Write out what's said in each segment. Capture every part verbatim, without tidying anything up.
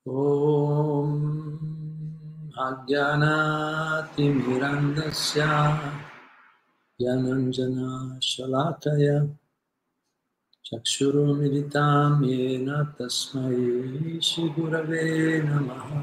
Om Ajnanaatimirandasya Yananjana Shalakaya Chakshurumilitam Yena Tasmai Shri Gurave Namaha.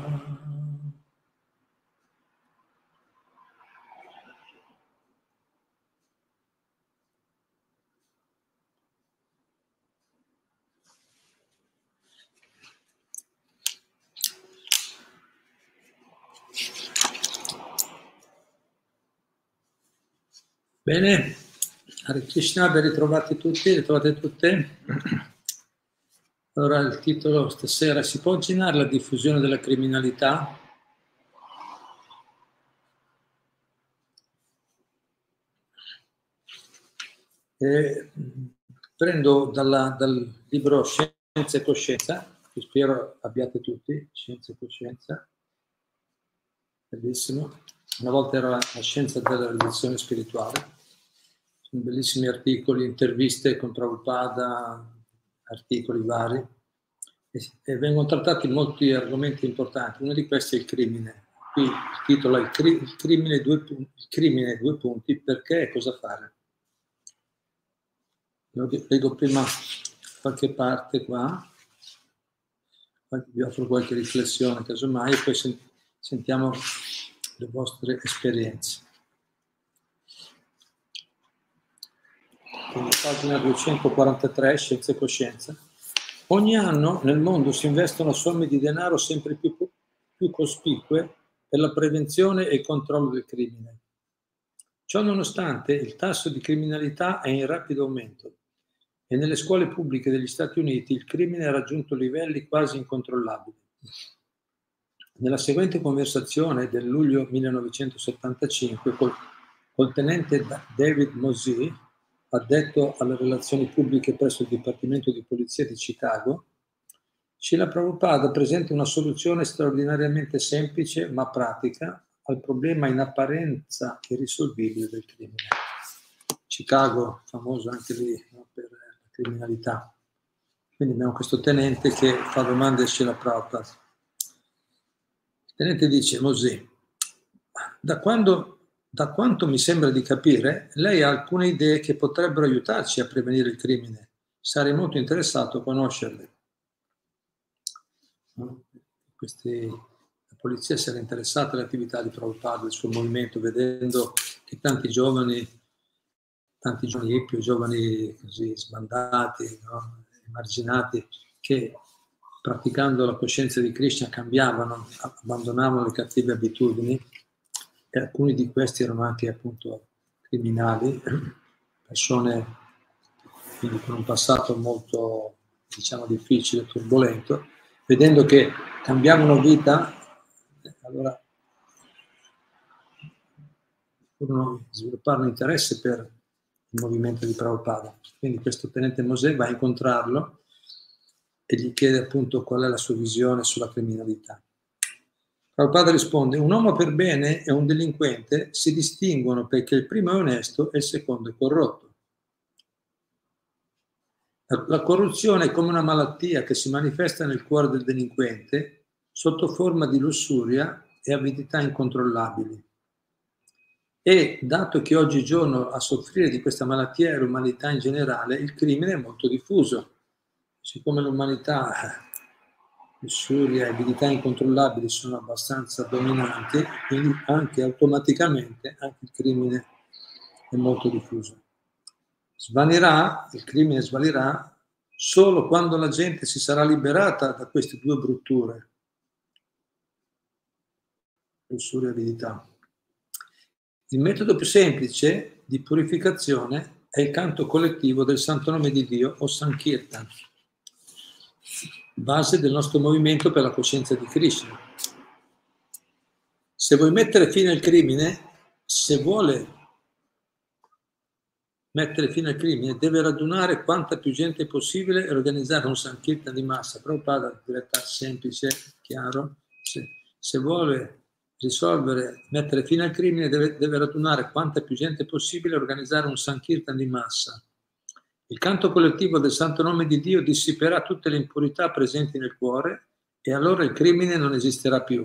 Bene, Hare Krishna, ben ritrovati tutti, ritrovate tutte. Allora il titolo stasera: si può arginare la diffusione della criminalità? E prendo dalla, dal libro Scienza e Coscienza, che spero abbiate tutti, Scienza e Coscienza, bellissimo. Una volta era la scienza della realizzazione spirituale. Sono bellissimi articoli, interviste con Prabhupada, articoli vari, e, e vengono trattati molti argomenti importanti. Uno di questi è il crimine. Qui il titolo è il, cri, il, crimine, due, il crimine, due punti, perché e cosa fare. Io leggo prima qualche parte qua, vi offro qualche riflessione casomai, e poi sentiamo le vostre esperienze. Quindi pagina duecentoquarantatré, Scienza e Coscienza. Ogni anno nel mondo si investono somme di denaro sempre più, più cospicue per la prevenzione e il controllo del crimine. Ciò nonostante, il tasso di criminalità è in rapido aumento e nelle scuole pubbliche degli Stati Uniti il crimine ha raggiunto livelli quasi incontrollabili. Nella seguente conversazione del luglio millenovecentosettantacinque col, col tenente David Mosey, addetto alle relazioni pubbliche presso il Dipartimento di Polizia di Chicago, Srila Prabhupada presenta una soluzione straordinariamente semplice ma pratica al problema in apparenza irrisolvibile del crimine. Chicago, famoso anche lì, no, per la criminalità. Quindi abbiamo questo tenente che fa domande a Srila Prabhupada. Il tenente dice: Mosè, da quando... Da quanto mi sembra di capire, lei ha alcune idee che potrebbero aiutarci a prevenire il crimine. Sarei molto interessato a conoscerle. No? Questi, la polizia si era interessata all'attività di Prabhupada, del suo movimento, vedendo che tanti giovani, tanti giovani hippie, giovani così sbandati, no? Emarginati, che praticando la coscienza di Krishna cambiavano, abbandonavano le cattive abitudini. E alcuni di questi erano anche appunto criminali, persone quindi con un passato molto, diciamo, difficile, turbolento. Vedendo che cambiavano vita, allora furono sviluppare un interesse per il movimento di Prabhupada. Quindi questo tenente Mosè va a incontrarlo e gli chiede appunto qual è la sua visione sulla criminalità. Prabhupada risponde: un uomo per bene e un delinquente si distinguono perché il primo è onesto e il secondo è corrotto. La corruzione è come una malattia che si manifesta nel cuore del delinquente sotto forma di lussuria e avidità incontrollabili. E, dato che oggigiorno a soffrire di questa malattia è l'umanità in generale, il crimine è molto diffuso. Siccome l'umanità, lussuria e avidità incontrollabili sono abbastanza dominanti, quindi anche automaticamente anche il crimine è molto diffuso. Svanirà, il crimine svanirà solo quando la gente si sarà liberata da queste due brutture, lussuria e avidità. Il metodo più semplice di purificazione è il canto collettivo del Santo Nome di Dio o Sankirtan, base del nostro movimento per la coscienza di Krishna. Se vuoi mettere fine al crimine, se vuole mettere fine al crimine, deve radunare quanta più gente possibile e organizzare un Sankirtan di massa. Prabhupada, diretta semplice, chiaro. Se, se vuole risolvere, mettere fine al crimine, deve, deve radunare quanta più gente possibile e organizzare un Sankirtan di massa. Il canto collettivo del Santo Nome di Dio dissiperà tutte le impurità presenti nel cuore e allora il crimine non esisterà più.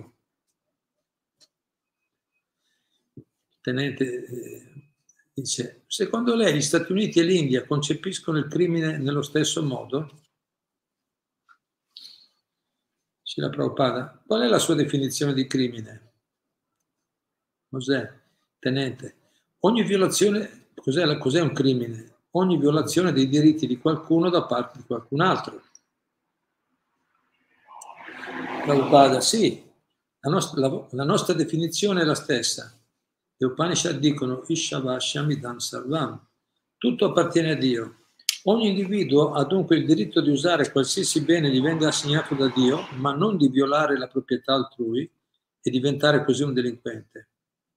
Tenente eh, dice, secondo lei gli Stati Uniti e l'India concepiscono il crimine nello stesso modo? Srila Prabhupada, qual è la sua definizione di crimine? Cos'è? Tenente, ogni violazione, cos'è, cos'è un crimine? Ogni violazione dei diritti di qualcuno da parte di qualcun altro. Prabhupada, sì, la nostra, la, la nostra definizione è la stessa. Le Upanishad dicono Ishavashamidam Sarvam, tutto appartiene a Dio. Ogni individuo ha dunque il diritto di usare qualsiasi bene gli venga assegnato da Dio, ma non di violare la proprietà altrui e diventare così un delinquente.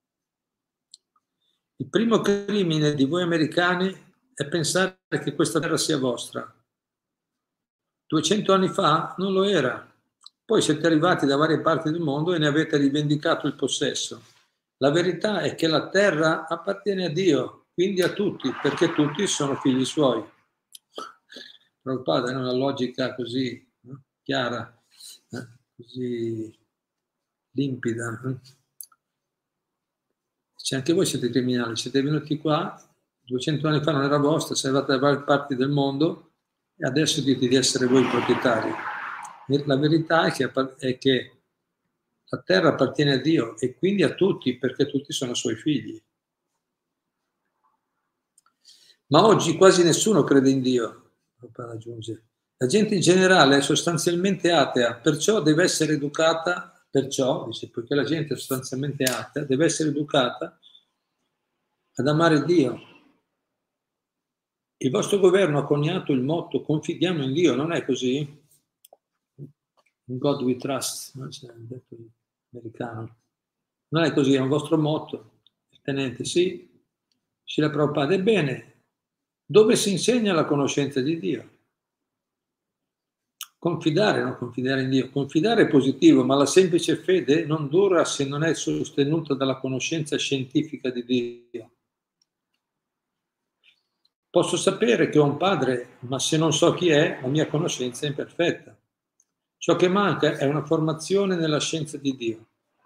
Il primo crimine di voi americani è pensare che questa terra sia vostra. duecento anni fa non lo era. Poi siete arrivati da varie parti del mondo e ne avete rivendicato il possesso. La verità è che la terra appartiene a Dio, quindi a tutti, perché tutti sono figli suoi. Prabhupada è una logica così no? chiara, eh? così limpida. Eh? Cioè, anche voi siete criminali, siete venuti qua, duecento anni fa non era vostra, siete arrivati da varie parti del mondo e adesso dite di essere voi i proprietari. La verità è che, è che la terra appartiene a Dio e quindi a tutti, perché tutti sono suoi figli. Ma oggi quasi nessuno crede in Dio, aggiunge. La gente in generale è sostanzialmente atea, perciò deve essere educata, perciò, dice, poiché la gente è sostanzialmente atea, deve essere educata ad amare Dio. Il vostro governo ha coniato il motto confidiamo in Dio, non è così? In God we trust, no? C'è detto americano. Non è così, è un vostro motto. Il tenente, sì. Srila Prabhupada, ebbene, dove si insegna la conoscenza di Dio? Confidare, non confidare in Dio. Confidare è positivo, ma la semplice fede non dura se non è sostenuta dalla conoscenza scientifica di Dio. Posso sapere che ho un padre, ma se non so chi è, la mia conoscenza è imperfetta. Ciò che manca è una formazione nella scienza di Dio.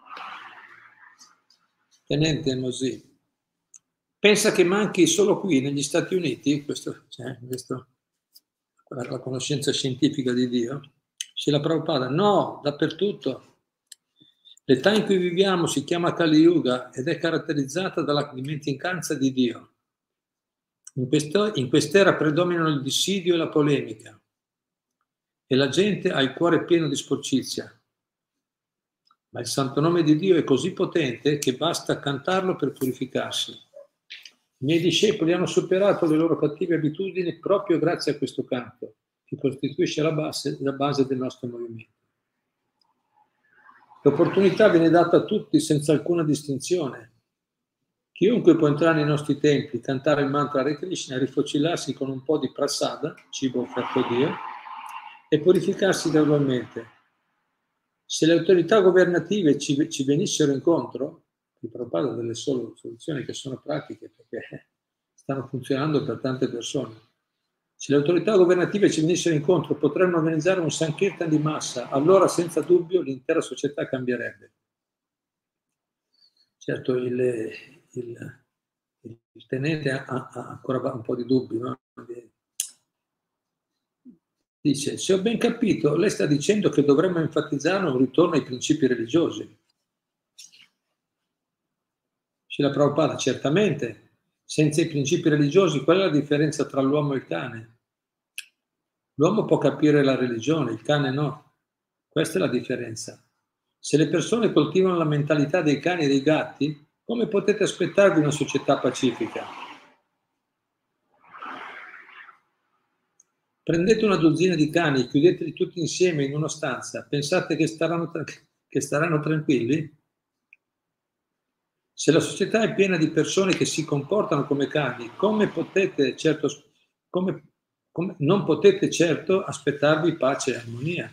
Tenente Mosì, pensa che manchi solo qui, negli Stati Uniti, questo, cioè, questo, la conoscenza scientifica di Dio? Srila Prabhupada, no, dappertutto. L'età in cui viviamo si chiama Kali Yuga ed è caratterizzata dalla dimenticanza di Dio. In, questo, in quest'era predominano il dissidio e la polemica e la gente ha il cuore pieno di sporcizia. Ma il santo nome di Dio è così potente che basta cantarlo per purificarsi. I miei discepoli hanno superato le loro cattive abitudini proprio grazie a questo canto, che costituisce la base, la base del nostro movimento. L'opportunità viene data a tutti senza alcuna distinzione. Chiunque può entrare nei nostri templi, cantare il mantra Hare Krishna, rifocillarsi con un po' di prasada, cibo offerto a Dio, e purificarsi gradualmente. Se le autorità governative ci, ci venissero incontro, vi propongo delle solo soluzioni che sono pratiche perché stanno funzionando per tante persone. Se le autorità governative ci venissero incontro, potremmo organizzare un sankirtan di massa, allora senza dubbio l'intera società cambierebbe. Certo, il, il, il tenente ha, ha ancora un po' di dubbi, no? Dice, se ho ben capito, lei sta dicendo che dovremmo enfatizzare un ritorno ai principi religiosi. Srila Prabhupada, certamente, senza i principi religiosi, qual è la differenza tra l'uomo e il cane? L'uomo può capire la religione, il cane no. Questa è la differenza. Se le persone coltivano la mentalità dei cani e dei gatti, come potete aspettarvi una società pacifica? Prendete una dozzina di cani e chiudeteli tutti insieme in una stanza. Pensate che staranno, che staranno tranquilli? Se la società è piena di persone che si comportano come cani, come potete certo, come, come, non potete certo aspettarvi pace e armonia.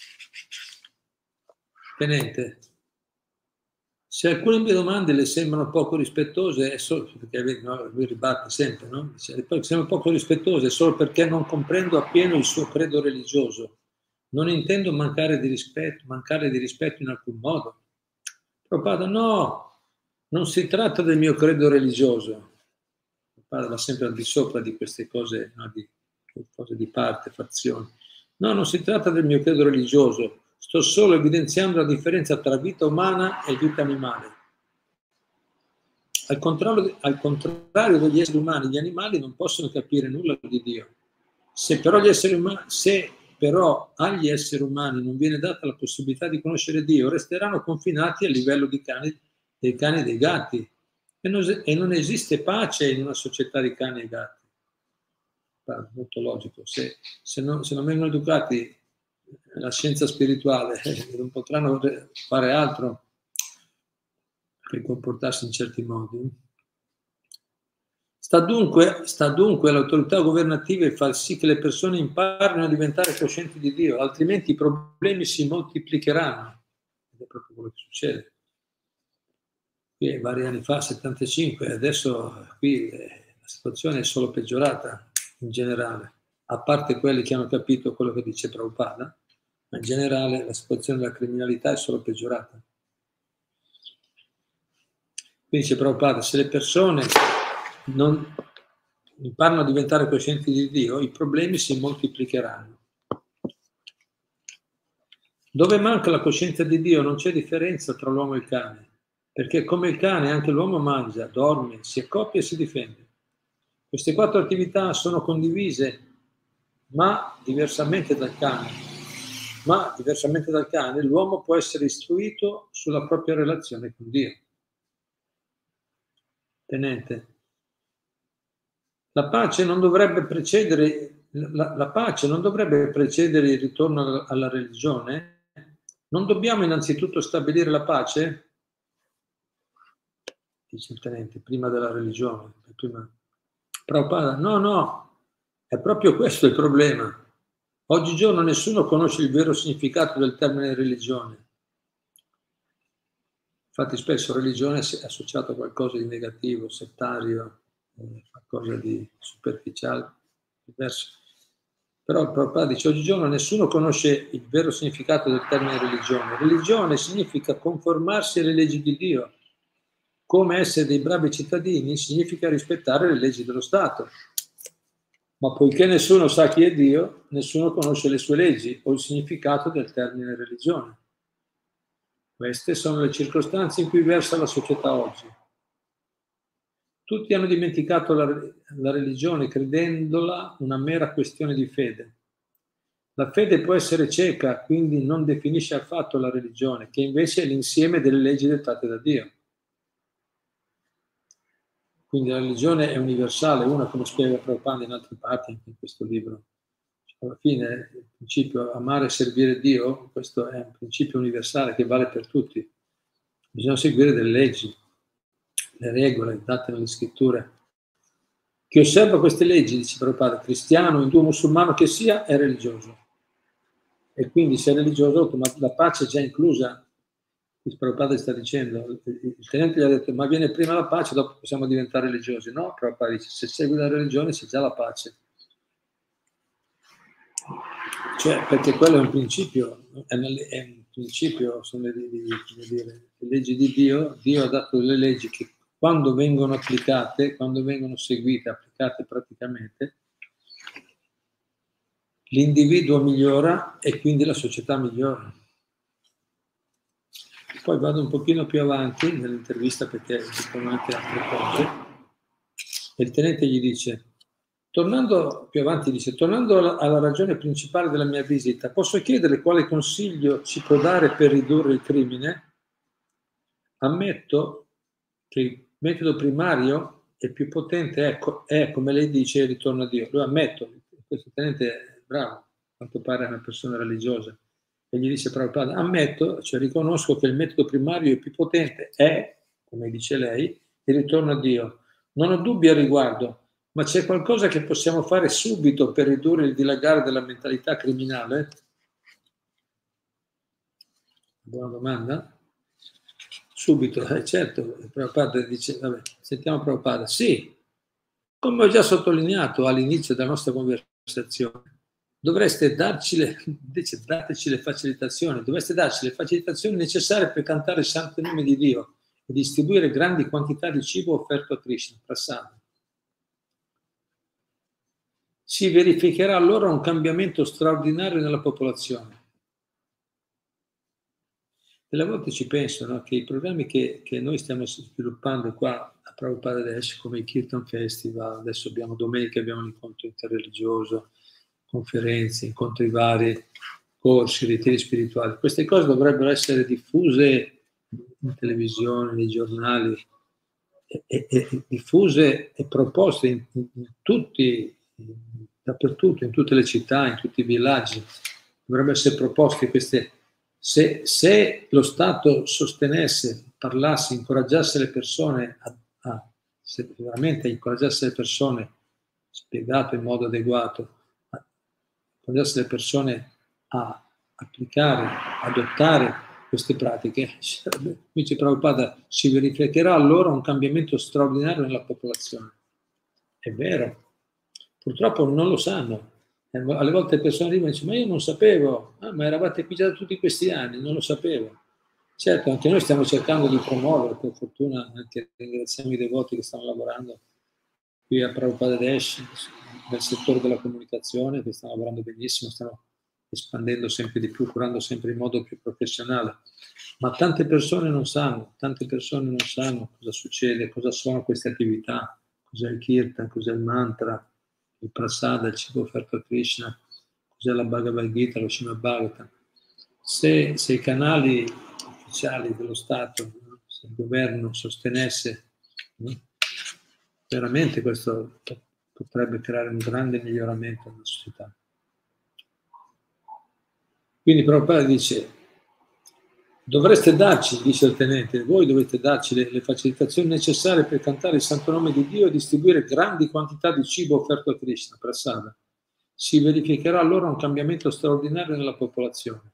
Tenente, se alcune mie domande le sembrano poco rispettose, è solo perché no, lui ribatte sempre, no? Se sembrano poco rispettose è solo perché non comprendo appieno il suo credo religioso. non intendo mancare di rispetto, mancare di rispetto in alcun modo. Prabhupada, no, non si tratta del mio credo religioso. Prabhupada va sempre al di sopra di queste cose, no, di cose di parte, fazioni. No, non si tratta del mio credo religioso, sto solo evidenziando la differenza tra vita umana e vita animale. Al contrario, al contrario degli esseri umani, gli animali non possono capire nulla di Dio. Se però, gli esseri umani, se però agli esseri umani non viene data la possibilità di conoscere Dio, resteranno confinati a livello di cani, dei cani e dei gatti. E non, e non esiste pace in una società di cani e gatti. Molto logico. Se, se, non, se non vengono educati nella scienza spirituale, eh, non potranno fare altro che comportarsi in certi modi. Sta dunque, sta dunque all'autorità governativa far sì che le persone imparino a diventare coscienti di Dio, altrimenti i problemi si moltiplicheranno. Ed è proprio quello che succede. Qui vari anni fa, settantacinque, adesso qui eh, la situazione è solo peggiorata in generale, a parte quelli che hanno capito quello che dice Prabhupada, ma in generale la situazione della criminalità è solo peggiorata. Quindi dice Prabhupada, se le persone non imparano a diventare coscienti di Dio, i problemi si moltiplicheranno. Dove manca la coscienza di Dio non c'è differenza tra l'uomo e il cane, perché come il cane anche l'uomo mangia, dorme, si accoppia e si difende. Queste quattro attività sono condivise, ma diversamente dal cane. Ma diversamente dal cane, l'uomo può essere istruito sulla propria relazione con Dio. Tenente, la pace non dovrebbe precedere, la, la pace non dovrebbe precedere il ritorno alla, alla religione? Non dobbiamo innanzitutto stabilire la pace? Dice il tenente, prima della religione. Prima. Prabhupada, no, no, è proprio questo il problema. Oggigiorno nessuno conosce il vero significato del termine religione. Infatti spesso religione è associato a qualcosa di negativo, settario, eh, qualcosa di superficiale, diverso. Però il Prabhupada dice, oggigiorno nessuno conosce il vero significato del termine religione. Religione significa conformarsi alle leggi di Dio. Come essere dei bravi cittadini significa rispettare le leggi dello Stato. Ma poiché nessuno sa chi è Dio, nessuno conosce le sue leggi o il significato del termine religione. Queste sono le circostanze in cui versa la società oggi. Tutti hanno dimenticato la, la religione credendola una mera questione di fede. La fede può essere cieca, quindi non definisce affatto la religione, che invece è l'insieme delle leggi dettate da Dio. Quindi la religione è universale, una come spiega Prabhupada in altre parti, anche in questo libro. Alla fine il principio amare e servire Dio, questo è un principio universale che vale per tutti. Bisogna seguire delle leggi, le regole date nelle scritture. Chi osserva queste leggi, dice Prabhupada, cristiano, indù, musulmano che sia, è religioso. E quindi se è religioso, ma la pace è già inclusa. Il Prabhupada sta dicendo, il tenente gli ha detto, ma viene prima la pace, dopo possiamo diventare religiosi. No, Prabhupada dice, se segui la religione c'è già la pace. Cioè, perché quello è un principio, è un principio, sono le, le, dire, le leggi di Dio. Dio ha dato delle leggi che quando vengono applicate, quando vengono seguite, applicate praticamente, l'individuo migliora e quindi la società migliora. Poi vado un pochino più avanti nell'intervista perché dicono anche altre cose. E il tenente gli dice, tornando più avanti, dice, tornando alla, alla ragione principale della mia visita, posso chiedere quale consiglio ci può dare per ridurre il crimine? Ammetto che il metodo primario e più potente è, è, come lei dice, il ritorno a Dio. Lui ammetto, questo tenente è bravo, a quanto pare è una persona religiosa. E gli dice Prabhupada, ammetto, cioè riconosco che il metodo primario e più potente è, come dice lei, il ritorno a Dio. Non ho dubbi al riguardo, ma c'è qualcosa che possiamo fare subito per ridurre il dilagare della mentalità criminale? Buona domanda. Subito, eh, certo, Prabhupada dice, vabbè, sentiamo Prabhupada. Sì, come ho già sottolineato all'inizio della nostra conversazione, dovreste darci le, invece dateci le facilitazioni, dovreste darci le facilitazioni necessarie per cantare il santo nome di Dio e distribuire grandi quantità di cibo offerto a Krishna, prasada. Si verificherà allora un cambiamento straordinario nella popolazione. Delle volte ci penso, no, che i programmi che, che noi stiamo sviluppando qua a Prabhupada adesso, come il Kirtan Festival, adesso abbiamo domenica abbiamo un incontro interreligioso, conferenze, incontri vari, corsi, ritiri spirituali. Queste cose dovrebbero essere diffuse in televisione, nei giornali, e, e, e diffuse e proposte in, in, in tutti, in, dappertutto, in tutte le città, in tutti i villaggi. Dovrebbero essere proposte queste. Se, se lo Stato sostenesse, parlasse, incoraggiasse le persone, a, a, se veramente incoraggiasse le persone, spiegato in modo adeguato, a, incoraggiasse le persone a applicare, adottare queste pratiche, dice Prabhupada, si verificherà allora un cambiamento straordinario nella popolazione. È vero, purtroppo non lo sanno. Alle volte le persone arrivano e dicono, ma io non sapevo, ah, ma eravate qui già da tutti questi anni, non lo sapevo. Certo, anche noi stiamo cercando di promuovere, per fortuna anche ringraziamo i devoti che stanno lavorando qui a Prabhupada Desh, nel settore della comunicazione, che stanno lavorando benissimo, stanno espandendo sempre di più, curando sempre in modo più professionale. Ma tante persone non sanno, tante persone non sanno cosa succede, cosa sono queste attività, cos'è il Kirtan, cos'è il mantra, il prasada, il cibo offerto a Krishna, cos'è la Bhagavad Gita, lo Srimad Bhagavatam. Se, se i canali ufficiali dello Stato, se il governo sostenesse, veramente questo potrebbe creare un grande miglioramento nella società. Quindi Prabhupada dice, dovreste darci, dice il tenente, voi dovete darci le, le facilitazioni necessarie per cantare il santo nome di Dio e distribuire grandi quantità di cibo offerto a Krishna, prasada. Si verificherà allora un cambiamento straordinario nella popolazione.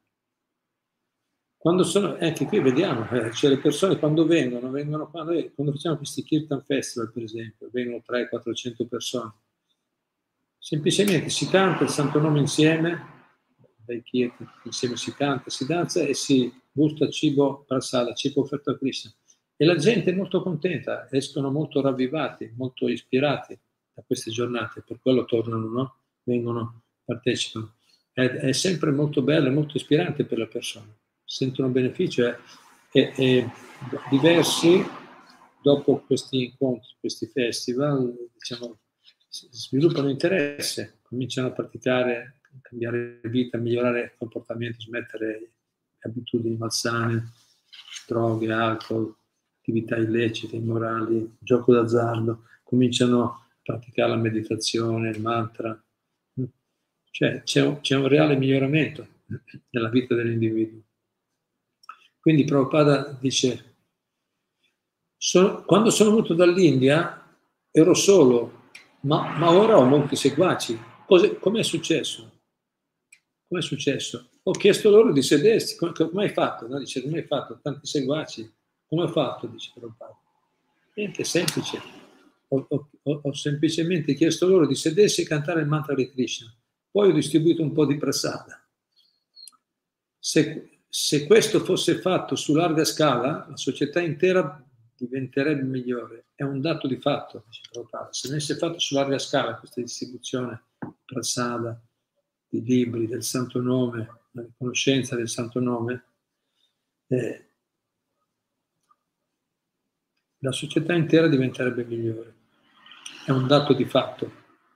Quando sono, anche qui vediamo, eh, cioè le persone quando vengono, vengono quando, quando facciamo questi Kirtan Festival, per esempio, vengono trecento quattrocento persone. Semplicemente si canta il santo nome insieme, dai Kirtan, insieme si canta, si danza e si gusta cibo prasada, cibo offerto a Krishna. E la gente è molto contenta, escono molto ravvivati, molto ispirati da queste giornate, per quello tornano, no? Vengono, partecipano. È, è sempre molto bello, molto ispirante per le persone. Sentono beneficio e, e, e diversi, dopo questi incontri, questi festival, diciamo, sviluppano interesse, cominciano a praticare, a cambiare vita, a migliorare comportamenti, smettere abitudini malsane, droghe, alcol, attività illecite, immorali, gioco d'azzardo, cominciano a praticare la meditazione, il mantra. Cioè c'è un, c'è un reale miglioramento nella vita dell'individuo. Quindi Prabhupada dice, sono, quando sono venuto dall'India ero solo, ma, ma ora ho molti seguaci. Com'è successo? Com'è successo? Ho chiesto loro di sedersi, come, come hai fatto? No? Dice, come hai fatto? Tanti seguaci. Come ho fatto? Dice Prabhupada. Niente, semplice. Ho, ho, ho semplicemente chiesto loro di sedersi e cantare il mantra di Krishna. Poi ho distribuito un po' di prasada. Se, se questo fosse fatto su larga scala, la società intera diventerebbe migliore. È un dato di fatto, dice Prabhupada. Se venisse fatto su larga scala questa distribuzione prasada, di libri, del santo nome, la conoscenza del santo nome, eh, la società intera diventerebbe migliore. È un dato di fatto.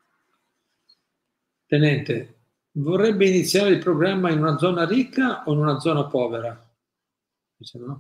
Tenente, vorrebbe iniziare il programma in una zona ricca o in una zona povera? Dice no.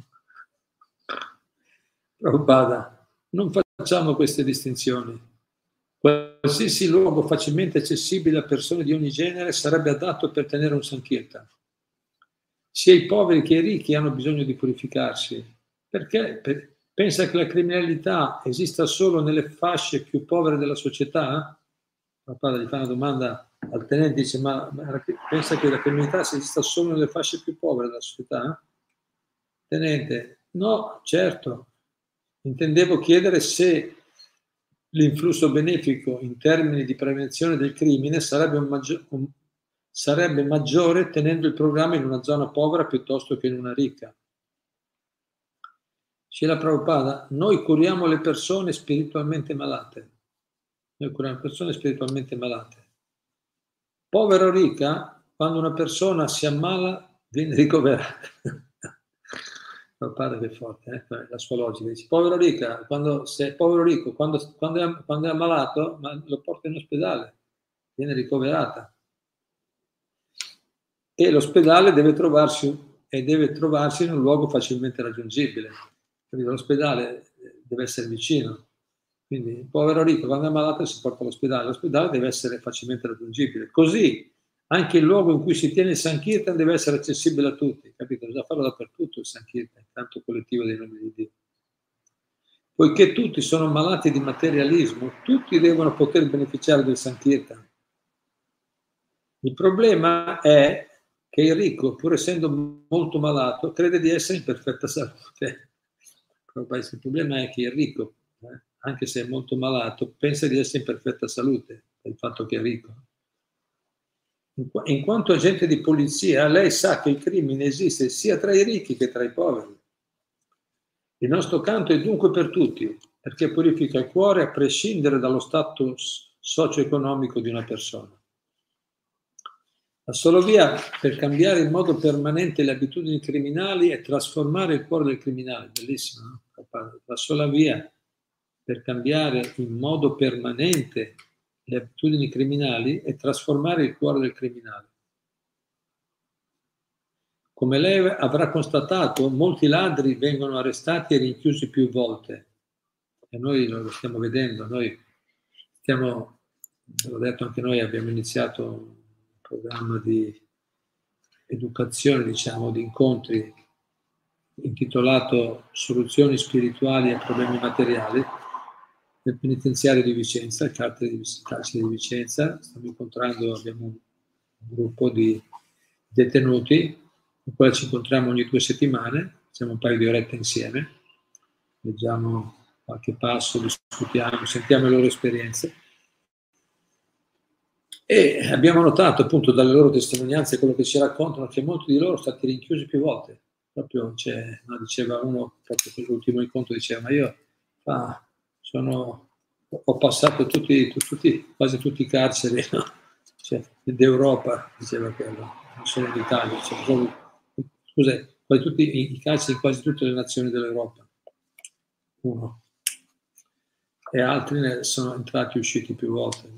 Prabhupada, non facciamo queste distinzioni. Qualsiasi luogo facilmente accessibile a persone di ogni genere sarebbe adatto per tenere un sankirtan. Sia i poveri che i ricchi hanno bisogno di purificarsi. Perché? Per, pensa che la criminalità esista solo nelle fasce più povere della società? Prabhupada gli fa una domanda al tenente, dice, ma, ma pensa che la criminalità esista solo nelle fasce più povere della società? Tenente, no, certo. Intendevo chiedere se l'influsso benefico in termini di prevenzione del crimine sarebbe un maggior, un, sarebbe maggiore tenendo il programma in una zona povera piuttosto che in una ricca. Srila Prabhupada, noi curiamo le persone spiritualmente malate. Noi curiamo persone spiritualmente malate. Povera o ricca, quando una persona si ammala, viene ricoverata. Prabhupada che è forte, eh? La sua logica. Dice, povero o ricca, quando, se è povero o ricco, quando, quando, è, quando è ammalato, ma lo porta in ospedale, viene ricoverata. E l'ospedale deve trovarsi, e deve trovarsi in un luogo facilmente raggiungibile. L'ospedale deve essere vicino. Quindi il povero ricco quando è malato si porta all'ospedale. L'ospedale deve essere facilmente raggiungibile. Così anche il luogo in cui si tiene il Sankirtan deve essere accessibile a tutti. Capito? Bisogna farlo dappertutto il Sankirtan, il canto collettivo dei nomi di Dio. Poiché tutti sono malati di materialismo, tutti devono poter beneficiare del Sankirtan. Il problema è che il ricco, pur essendo molto malato, crede di essere in perfetta salute. Il problema è che il ricco, eh, anche se è molto malato, pensa di essere in perfetta salute per il fatto che è ricco. In quanto agente di polizia, lei sa che il crimine esiste sia tra i ricchi che tra i poveri. Il nostro canto è dunque per tutti, perché purifica il cuore a prescindere dallo status socio-economico di una persona. La sola via per cambiare in modo permanente le abitudini criminali è trasformare il cuore del criminale. Bellissimo, no? La sola via per cambiare in modo permanente le abitudini criminali è trasformare il cuore del criminale. Come lei avrà constatato, molti ladri vengono arrestati e rinchiusi più volte. E noi lo stiamo vedendo, noi stiamo, l'ho detto anche noi, abbiamo iniziato un programma di educazione, diciamo, di incontri intitolato Soluzioni spirituali a problemi materiali nel penitenziario di Vicenza, il carcere di, carcere di Vicenza. Stiamo incontrando, abbiamo un gruppo di detenuti con cui ci incontriamo ogni due settimane, facciamo un paio di orette insieme, leggiamo qualche passo, discutiamo, sentiamo le loro esperienze. E abbiamo notato appunto dalle loro testimonianze, quello che ci raccontano, che molti di loro sono stati rinchiusi più volte. Proprio c'è, no, diceva uno, proprio per l'ultimo incontro, diceva, ma io ah, sono, ho passato tutti, tutti, quasi tutti i carceri, no? Cioè, d'Europa, diceva quello, non solo d'Italia, cioè, scusa, quasi tutti i carceri in quasi tutte le nazioni dell'Europa. Uno. E altri ne sono entrati e usciti più volte.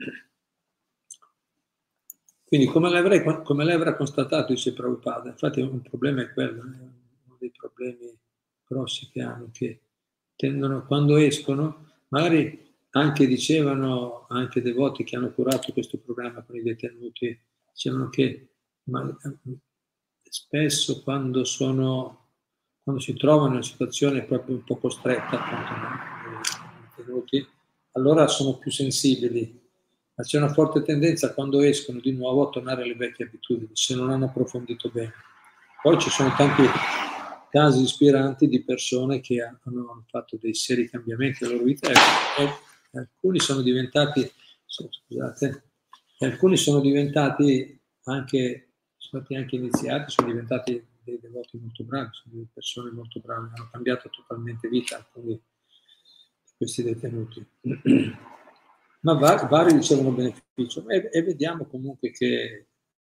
Quindi come lei, come lei avrà constatato, dice Prabhupada, infatti un problema è quello, è uno dei problemi grossi che hanno, che tendono, quando escono, magari anche dicevano, anche devoti che hanno curato questo programma con i detenuti, dicevano che ma, spesso quando sono, quando si trovano in una situazione proprio un po' costretta, appunto, no? I detenuti, allora sono più sensibili. Ma c'è una forte tendenza quando escono di nuovo a tornare alle vecchie abitudini, se non hanno approfondito bene. Poi ci sono tanti casi ispiranti di persone che hanno fatto dei seri cambiamenti nella loro vita e, e alcuni sono diventati, scusate, e alcuni sono diventati anche, sono stati anche iniziati, sono diventati dei devoti molto bravi, sono delle persone molto brave, hanno cambiato totalmente vita alcuni di questi detenuti. Ma vari, vari ricevono beneficio e, e vediamo comunque che,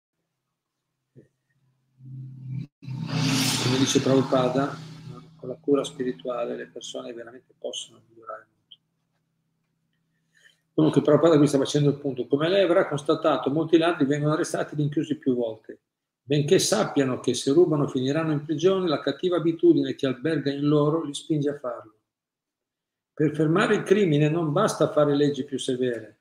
come dice Prabhupada, con la cura spirituale le persone veramente possono migliorare molto. Comunque Prabhupada qui sta facendo il punto. Come lei avrà constatato, molti ladri vengono arrestati e rinchiusi più volte. Benché sappiano che se rubano finiranno in prigione, la cattiva abitudine che alberga in loro li spinge a farlo. Per fermare il crimine non basta fare leggi più severe.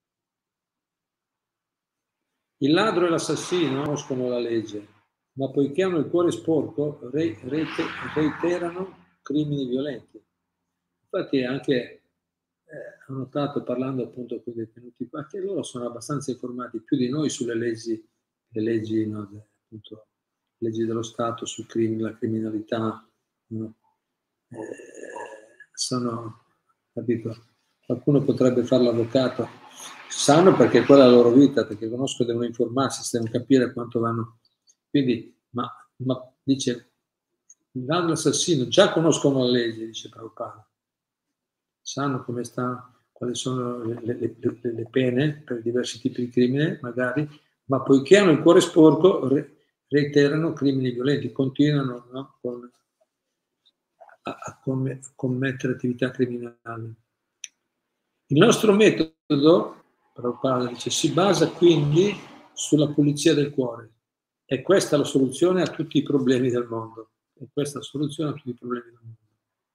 Il ladro e l'assassino conoscono la legge, ma poiché hanno il cuore sporco, re, rete, reiterano crimini violenti. Infatti anche eh, ho notato, parlando appunto con i detenuti qua, che loro sono abbastanza informati più di noi sulle leggi, le leggi, no, appunto, leggi dello Stato sul crimine, la criminalità. No? Eh, sono, capito? Qualcuno potrebbe fare l'avvocato sanno perché quella è la loro vita, perché conoscono, devono informarsi, devono capire quanto vanno. Quindi, ma, ma dice, l'assassino, già conoscono la legge, dice Prabhupada, sanno come sta, quali sono le, le, le, le pene per diversi tipi di crimine, magari, ma poiché hanno il cuore sporco, re, reiterano crimini violenti, continuano, no, con, a, a commettere attività criminali. Il nostro metodo, Prabhupada dice, si basa quindi sulla pulizia del cuore. E questa è la soluzione a tutti i problemi del mondo. E questa è la soluzione a tutti i problemi del mondo.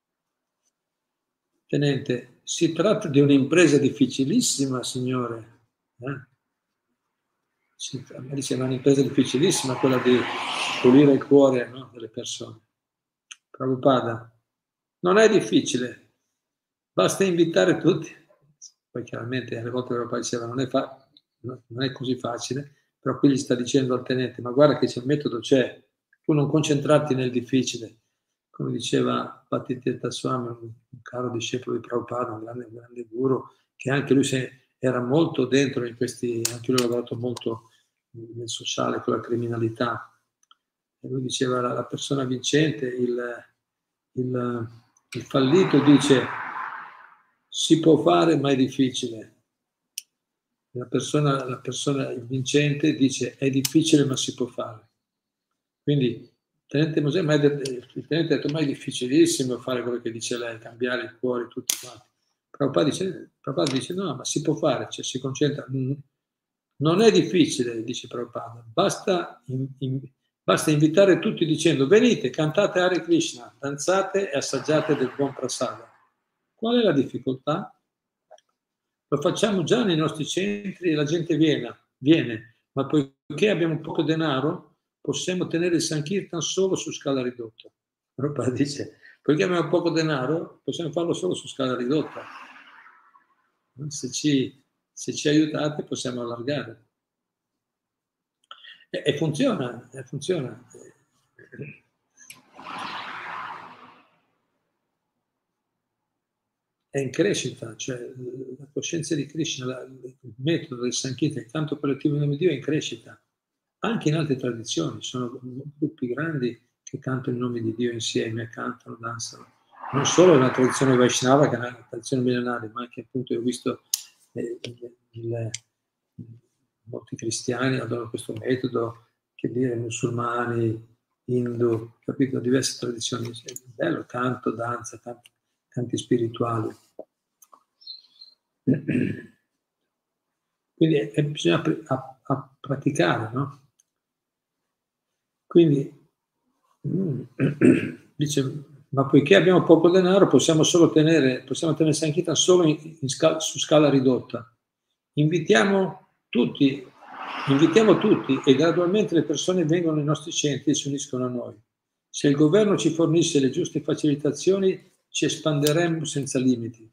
Tenente, si tratta di un'impresa difficilissima, signore. Eh? Si, a me dice, è un'impresa difficilissima quella di pulire il cuore, no, delle persone. Prabhupada, non è difficile, basta invitare tutti. Poi chiaramente alle volte Prabhupada diceva non è, fa- non è così facile, però qui gli sta dicendo al tenente, ma guarda che c'è il metodo, c'è, tu non concentrarti nel difficile. Come diceva Patitirtha Swami, un caro discepolo di Prabhupada, un grande, un grande guru, che anche lui era molto dentro in questi, anche lui ha lavorato molto nel sociale con la criminalità. E lui diceva la, la persona vincente, il, il, il fallito dice si può fare ma è difficile. La persona, la persona vincente dice è difficile ma si può fare. Quindi Tenente Mosè, ma è, il tenente ha detto ma è difficilissimo fare quello che dice lei, cambiare il cuore tutti quanti. Prabhupada dice, Prabhupada dice no, ma si può fare, cioè si concentra. Non è difficile, dice Prabhupada, basta, in, in, basta invitare tutti dicendo venite, cantate Hare Krishna, danzate e assaggiate del buon prasada. Qual è la difficoltà? Lo facciamo già nei nostri centri e la gente viene, viene, ma poiché abbiamo poco denaro possiamo tenere il Sankirtan solo su scala ridotta. Prabhupada dice, poiché abbiamo poco denaro possiamo farlo solo su scala ridotta. Se ci, se ci aiutate possiamo allargare. E, e funziona, e funziona. È in crescita, cioè la coscienza di Krishna, la, il metodo del Sankirtan, il canto collettivo in nome di Dio è in crescita. Anche in altre tradizioni, sono gruppi grandi che cantano il nome di Dio insieme, cantano, danzano. Non solo nella tradizione Vaishnava, che è una tradizione millenaria, ma anche appunto io ho visto eh, il, il, molti cristiani adorano questo metodo, che dire, musulmani, hindu, capito, diverse tradizioni. È bello, canto, danza, canti, canti spirituali. Quindi è, bisogna a, a praticare, no? Quindi dice, ma poiché abbiamo poco denaro possiamo solo tenere, possiamo tenere Sankirtan solo in, in scala, su scala ridotta. Invitiamo tutti, invitiamo tutti e gradualmente le persone vengono nei nostri centri e si uniscono a noi. Se il governo ci fornisse le giuste facilitazioni ci espanderemmo senza limiti.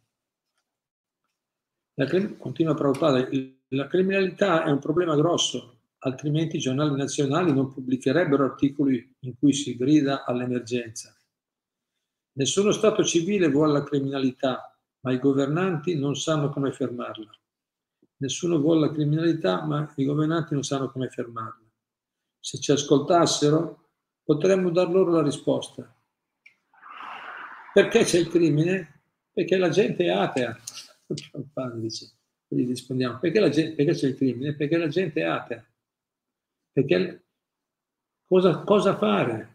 La, continua Prabhupada, la criminalità è un problema grosso, altrimenti i giornali nazionali non pubblicherebbero articoli in cui si grida all'emergenza. Nessuno Stato civile vuole la criminalità, ma i governanti non sanno come fermarla. Nessuno vuole la criminalità, ma i governanti non sanno come fermarla. Se ci ascoltassero, potremmo dar loro la risposta. Perché c'è il crimine? Perché la gente è atea. Dice. Gli rispondiamo, perché, la gente, perché c'è il crimine? Perché la gente è atea. Perché cosa, cosa fare?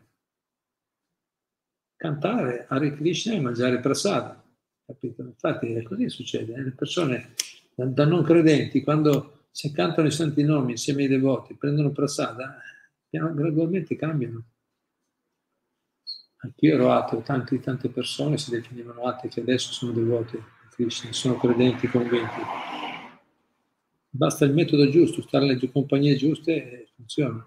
Cantare Hare Krishna e mangiare prasada. Capito? Infatti è così succede. Le persone da, da non credenti, quando si cantano i santi nomi insieme ai devoti, prendono prasada, gradualmente cambiano. Anch'io ero ateo, tante, tante persone si definivano atee che adesso sono devoti a Krishna, sono credenti, convinti. Basta il metodo giusto, stare nelle compagnie giuste e funziona.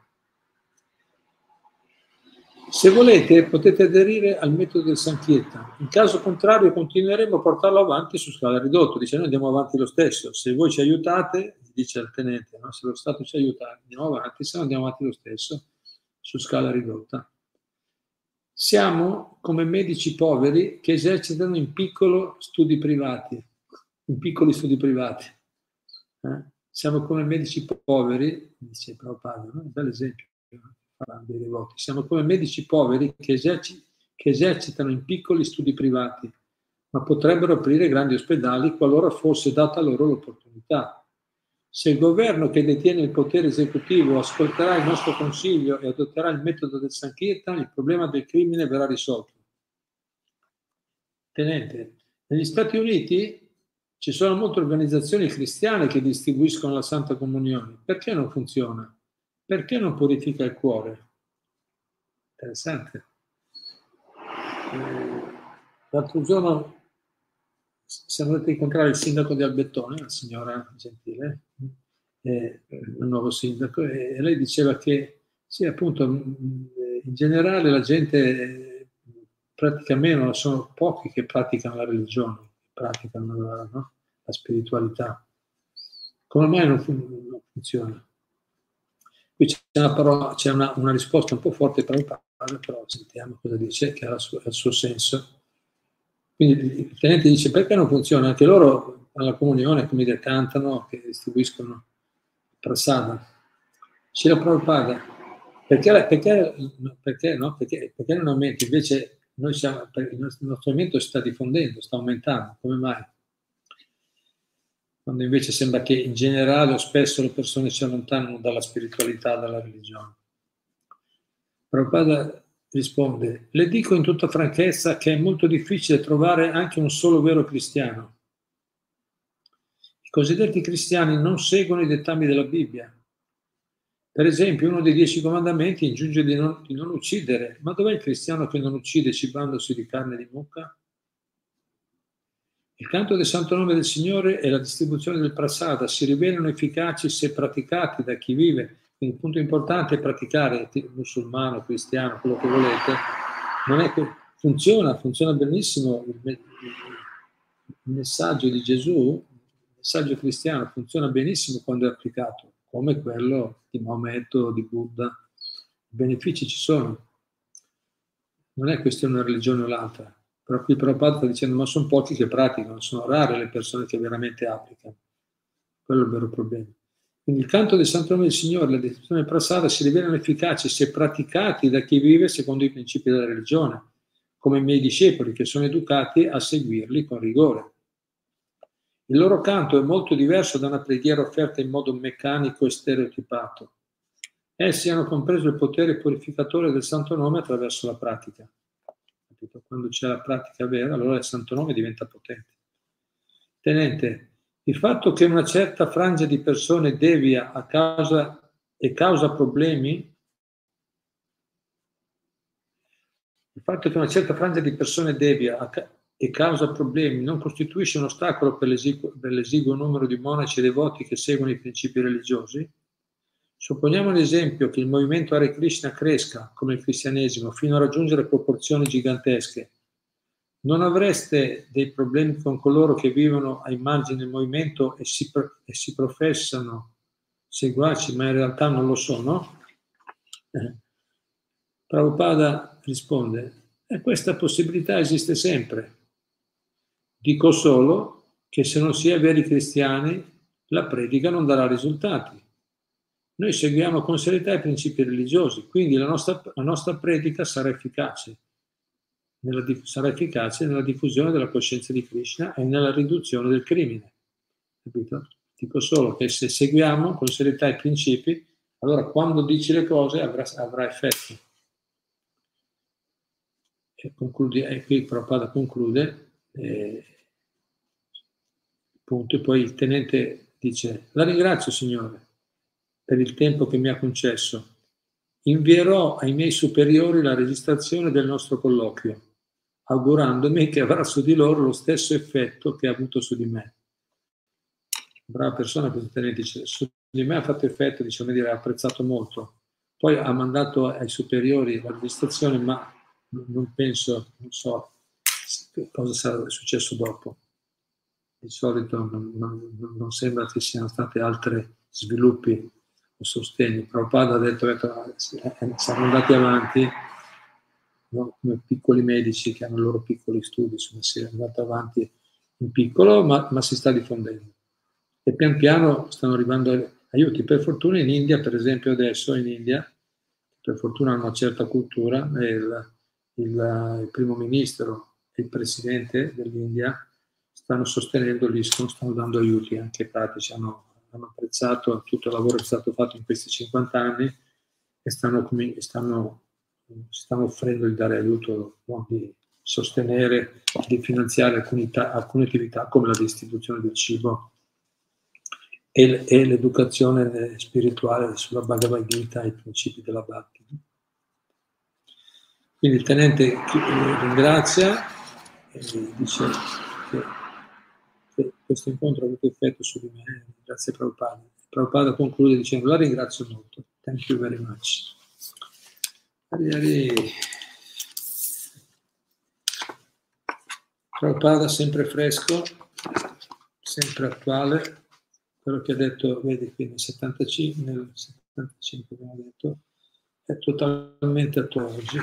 Se volete potete aderire al metodo del Sankirtan, in caso contrario continueremo a portarlo avanti su scala ridotta, dice noi andiamo avanti lo stesso, se voi ci aiutate, dice il tenente, no? Se lo Stato ci aiuta andiamo avanti, se no andiamo avanti lo stesso su scala ridotta. Siamo come medici poveri che esercitano in piccolo studi privati, in piccoli studi privati. Eh? Siamo come medici poveri, dice Prabhupada, no? Un bel esempio, no? Dei devoti. Siamo come medici poveri che, eserci, che esercitano in piccoli studi privati, ma potrebbero aprire grandi ospedali qualora fosse data loro l'opportunità. Se il governo che detiene il potere esecutivo ascolterà il nostro consiglio e adotterà il metodo del Sankirtan, il problema del crimine verrà risolto. Tenente, negli Stati Uniti ci sono molte organizzazioni cristiane che distribuiscono la Santa Comunione. Perché non funziona? Perché non purifica il cuore? Interessante. Eh, l'altro giorno siamo andati a incontrare il sindaco di Albettone, una signora gentile, eh, il nuovo sindaco, e lei diceva che sì, appunto, in generale la gente pratica meno, sono pochi che praticano la religione, praticano la, no? la spiritualità. Come mai non, fun- non funziona? Qui c'è una, parola, c'è una, una risposta un po' forte per il padre, però sentiamo cosa dice, che ha il suo, ha il suo senso. Quindi il tenente dice perché non funziona? Anche loro alla comunione, come dire, cantano, che distribuiscono prasada. C'è la Prabhupada. Perché, perché, perché, no? perché, perché non aumenta? Invece noi siamo, il nostro movimento sta diffondendo, sta aumentando. Come mai? Quando invece sembra che in generale o spesso le persone si allontanano dalla spiritualità, dalla religione. Prabhupada risponde: le dico in tutta franchezza che è molto difficile trovare anche un solo vero cristiano. I cosiddetti cristiani non seguono i dettami della Bibbia. Per esempio, uno dei dieci comandamenti ingiunge di non, di non uccidere. Ma dov'è il cristiano che non uccide cibandosi di carne di mucca? Il canto del santo nome del Signore e la distribuzione del prasada si rivelano efficaci se praticati da chi vive. Quindi il punto importante è praticare, musulmano, cristiano, quello che volete. Non è che funziona, funziona benissimo il, il messaggio di Gesù, il messaggio cristiano funziona benissimo quando è applicato, come quello di Maometto, di Buddha. I benefici ci sono. Non è questione di una religione o l'altra. Però qui Prabhupada sta dicendo, ma sono pochi che praticano, sono rare le persone che veramente applicano. Quello è il vero problema. Quindi il canto del Santo Nome del Signore, la descrizione prasada si rivelano efficaci se praticati da chi vive secondo i principi della religione, come i miei discepoli che sono educati a seguirli con rigore. Il loro canto è molto diverso da una preghiera offerta in modo meccanico e stereotipato. Essi hanno compreso il potere purificatore del Santo Nome attraverso la pratica. Quando c'è la pratica vera, allora il Santo Nome diventa potente. Tenente, il fatto che una certa frangia di persone devia a causa e causa problemi, il fatto che una certa frangia di persone devia a ca- e causa problemi non costituisce un ostacolo per l'esiguo, per l'esiguo numero di monaci e devoti che seguono i principi religiosi. Supponiamo ad esempio che il movimento Hare Krishna cresca, come il cristianesimo, fino a raggiungere proporzioni gigantesche. Non avreste dei problemi con coloro che vivono ai margini del movimento e si, e si professano seguaci, ma in realtà non lo sono? Eh. Prabhupada risponde, e questa possibilità esiste sempre. Dico solo che se non si è veri cristiani, la predica non darà risultati. Noi seguiamo con serietà i principi religiosi, quindi la nostra, la nostra predica sarà efficace. Nella, sarà efficace nella diffusione della coscienza di Krishna e nella riduzione del crimine. Capito? Dico solo che se seguiamo con serietà i principi, allora quando dici le cose avrà, avrà effetto. E, conclude, e qui Prabhupada conclude, eh, punto, e poi il tenente dice, la ringrazio Signore per il tempo che mi ha concesso. Invierò ai miei superiori la registrazione del nostro colloquio, augurandomi che avrà su di loro lo stesso effetto che ha avuto su di me. Brava persona, questo tenente dice, su di me ha fatto effetto, diciamo dire, ha apprezzato molto. Poi ha mandato ai superiori la registrazione, ma non penso, non so cosa sarà successo dopo. Di solito non, non, non sembra che siano stati altri sviluppi o sostegni. Prabhupada ha detto che siamo andati avanti, no? Come piccoli medici che hanno i loro piccoli studi, insomma, si è andato avanti in piccolo, ma, ma si sta diffondendo. e pian piano stanno arrivando aiuti. Per fortuna in India, per esempio adesso in India, per fortuna hanno una certa cultura, il, il, il primo ministro e il presidente dell'India stanno sostenendo l'ISKCON, stanno dando aiuti anche pratici, hanno, hanno apprezzato tutto il lavoro che è stato fatto in questi cinquanta anni e stanno, stanno, stanno offrendo di dare aiuto, no? Di sostenere, di finanziare alcune, alcune attività come la distribuzione del cibo e, e l'educazione spirituale sulla Bhagavad Gita e i principi della Bhakti. Quindi il tenente ringrazia e dice che, che questo incontro ha avuto effetto su di me, grazie a Prabhupada. Prabhupada conclude dicendo: la ringrazio molto, thank you very much. Ari, ari. Prabhupada sempre fresco, sempre attuale, quello che ha detto, vedi qui nel settantacinque, nel settantacinque abbiamo detto, è totalmente attuale oggi.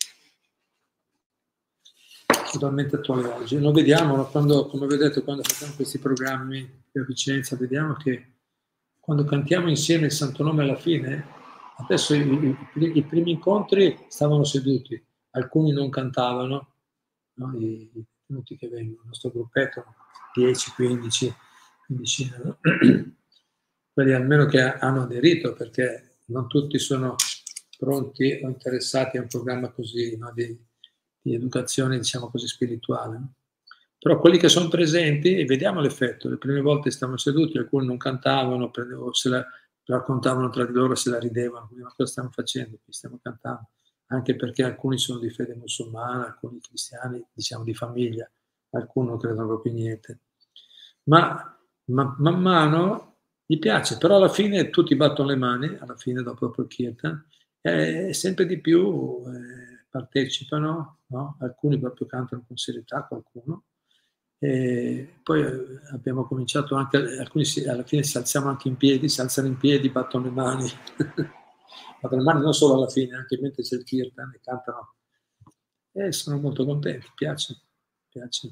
Totalmente attuale oggi. Lo vediamo, no? Quando, come vedete, quando facciamo questi programmi qui a Vicenza, vediamo che quando cantiamo insieme il Santo Nome alla fine, adesso i, i, i primi incontri stavano seduti, alcuni non cantavano, no? I, i venuti che vengono, il nostro gruppetto, dieci, quindici, quindici, no? Quelli almeno che hanno aderito, perché non tutti sono pronti o interessati a un programma così, no? di, di educazione, diciamo così, spirituale. No? Però quelli che sono presenti, e vediamo l'effetto, le prime volte stavano seduti, alcuni non cantavano, o se la raccontavano tra di loro, se la ridevano, ma cosa stiamo facendo? Qui stiamo cantando, anche perché alcuni sono di fede musulmana, alcuni cristiani, diciamo di famiglia, alcuni non credono proprio niente. Ma man, man mano gli piace, però alla fine tutti battono le mani, alla fine dopo il Kirtan, e sempre di più eh, partecipano, no? Alcuni proprio cantano con serietà, qualcuno. E poi abbiamo cominciato anche, alcuni si, alla fine si alziamo anche in piedi, si alzano in piedi, battono le mani, battono le mani non solo alla fine, anche mentre c'è il Kirtan e cantano. E sono molto contenti, piace, piace.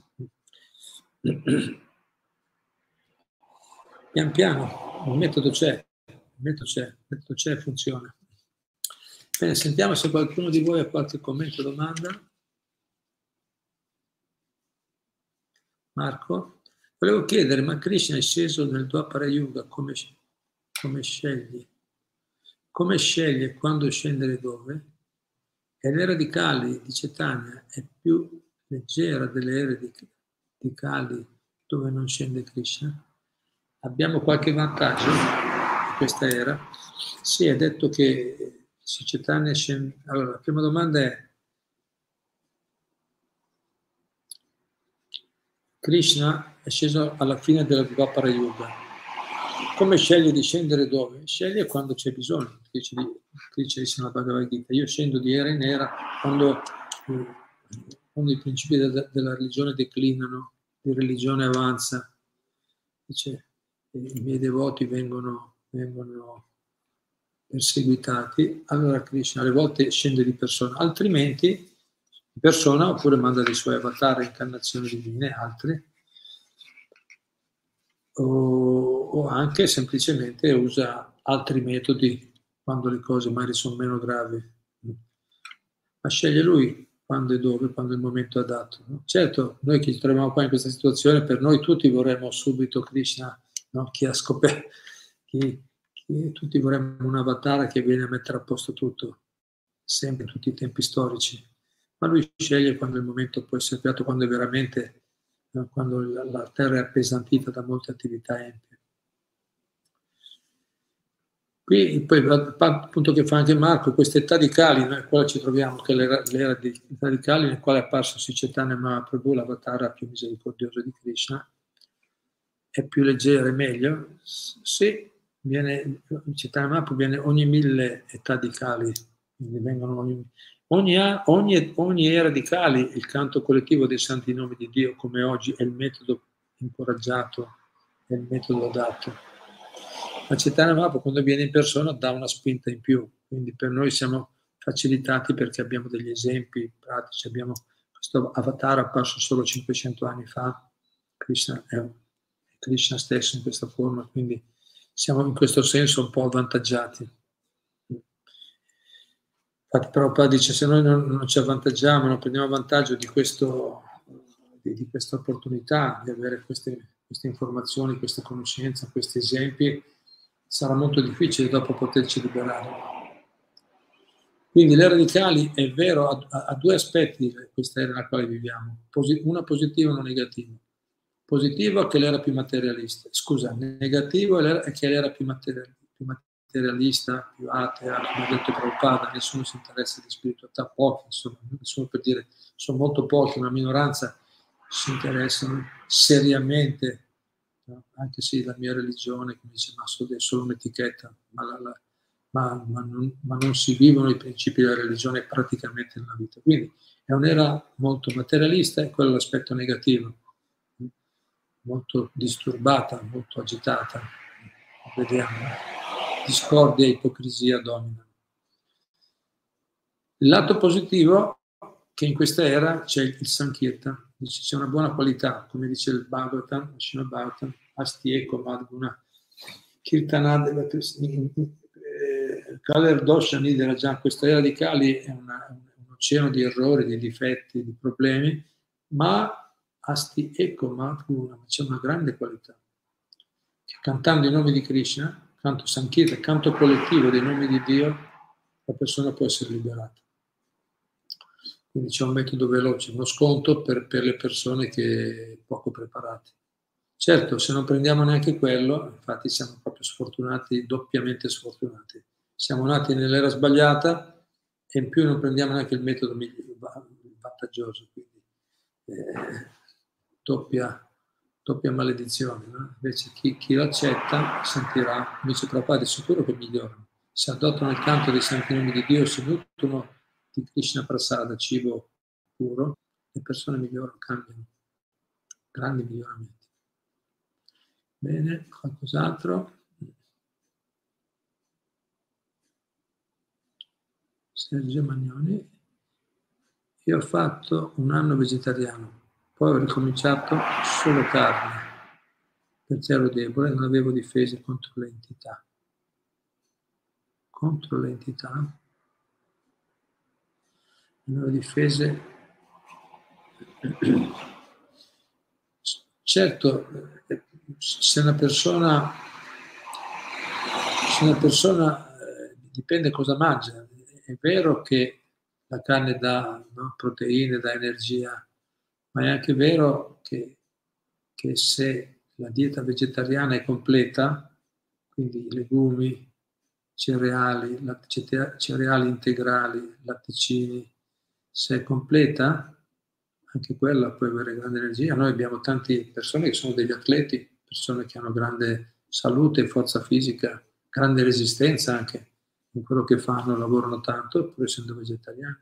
Pian piano, il metodo c'è, il metodo c'è, il metodo c'è e funziona. Bene, sentiamo se qualcuno di voi ha qualche commento o domanda. Marco? Volevo chiedere, ma Krishna è sceso nel Dwapara Yuga, come, come sceglie? Come sceglie quando scendere dove? E l'era di Kali di Chaitanya è più leggera delle ere di, di Kali dove non scende Krishna? Abbiamo qualche vantaggio in questa era? Sì, è detto che se Chaitanya scende... Allora, la prima domanda è: Krishna è sceso alla fine della Dvapara Yuga. Come sceglie di scendere dove? Sceglie quando c'è bisogno. Dice dice nella Bhagavad Gita: io scendo di era in era quando, quando i principi de, della religione declinano, la religione avanza. Dice, i miei devoti vengono, vengono perseguitati, allora Krishna alle volte scende di persona, altrimenti di persona, oppure manda dei suoi avatar, incarnazioni divine, altri, o, o anche semplicemente usa altri metodi quando le cose magari sono meno gravi. Ma sceglie lui quando e dove, quando è il momento adatto. No? Certo, noi che ci troviamo qua in questa situazione, per noi tutti vorremmo subito Krishna, no? Chi ha scoperto, chi, chi, tutti vorremmo un avatar che viene a mettere a posto tutto, sempre in tutti i tempi storici. Ma lui sceglie quando il momento può essere piatto, quando è veramente, no? Quando la, la terra è appesantita da molte attività empie. Qui poi il punto che fa anche Marco, questa età di Kali nel quale ci troviamo, che è l'era, l'era di, età di Kali nel quale è apparso Sri Chaitanya Mahaprabhu, l'avatar più misericordioso di Krishna, è più leggero e meglio? Sì, viene, Chaitanya Mahaprabhu viene ogni mille età di Kali, quindi vengono ogni, ogni, ogni, ogni era di Kali, il canto collettivo dei santi nomi di Dio, come oggi, è il metodo incoraggiato, è il metodo adatto. La Chaitanya Mahaprabhu quando viene in persona dà una spinta in più, quindi per noi siamo facilitati perché abbiamo degli esempi pratici, abbiamo questo avatar apparso solo cinquecento anni fa, Krishna è Krishna stesso in questa forma, quindi siamo in questo senso un po' avvantaggiati. Infatti Prabhupada dice, se noi non, non ci avvantaggiamo, non prendiamo vantaggio di, questo, di, di questa opportunità, di avere queste, queste informazioni, queste conoscenze, questi esempi, sarà molto difficile dopo poterci liberare. Quindi le radicali, è vero, ha, ha due aspetti questa era nella quale viviamo, una positiva e una negativa. Positivo è che l'era più materialista, scusa, negativo è che l'era più materialista, più materialista, più atea, come ha detto Prabhupada, nessuno si interessa di spiritualità, pochi, insomma, nessuno per dire, sono molto pochi, una minoranza si interessano seriamente, no? Anche se la mia religione, come dice, ma è solo un'etichetta, ma, la, la, ma, ma, non, ma non si vivono i principi della religione praticamente nella vita. Quindi è un'era molto materialista e quello è l'aspetto negativo, molto disturbata, molto agitata. Vediamo, discordia e ipocrisia dominano. Il lato positivo è che in questa era c'è il Sankirtan, dice, c'è una buona qualità, come dice il Bhagavatam, Srimad Bhagavatam, Asti Eko Madguna, Kirtanad, Kaler Dosha Nidera, già questa era di Kali è una, un oceano di errori, di difetti, di problemi, ma Asti Eko Madguna, c'è una grande qualità. Che cantando i nomi di Krishna, canto Sankirtan, canto collettivo dei nomi di Dio, la persona può essere liberata. Quindi c'è un metodo veloce, uno sconto per, per le persone che poco preparate. Certo, se non prendiamo neanche quello, infatti siamo proprio sfortunati, doppiamente sfortunati. Siamo nati nell'era sbagliata e in più non prendiamo neanche il metodo vantaggioso, quindi eh, doppia, doppia maledizione. No? Invece chi, chi l'accetta sentirà, invece Prabhupada è sicuro che migliorano. Se adottano il canto dei santi nomi di Dio, si nutrono di Krishna Prasada, cibo puro, le persone migliorano, cambiano. Grandi miglioramenti. Bene, qualcos'altro? Sergio Magnoni. Io ho fatto un anno vegetariano, poi ho ricominciato solo carne, perché ero debole e non avevo difese contro le entità. Contro le entità? Non avevo difese. Certo, se una persona, se una persona eh, dipende cosa mangia, è vero che la carne dà, no, proteine, dà energia, ma è anche vero che, che se la dieta vegetariana è completa, quindi legumi, cereali, cereali integrali, latticini, se è completa, anche quella può avere grande energia. Noi abbiamo tante persone che sono degli atleti, persone che hanno grande salute, forza fisica, grande resistenza anche in quello che fanno, lavorano tanto, pur essendo vegetariani.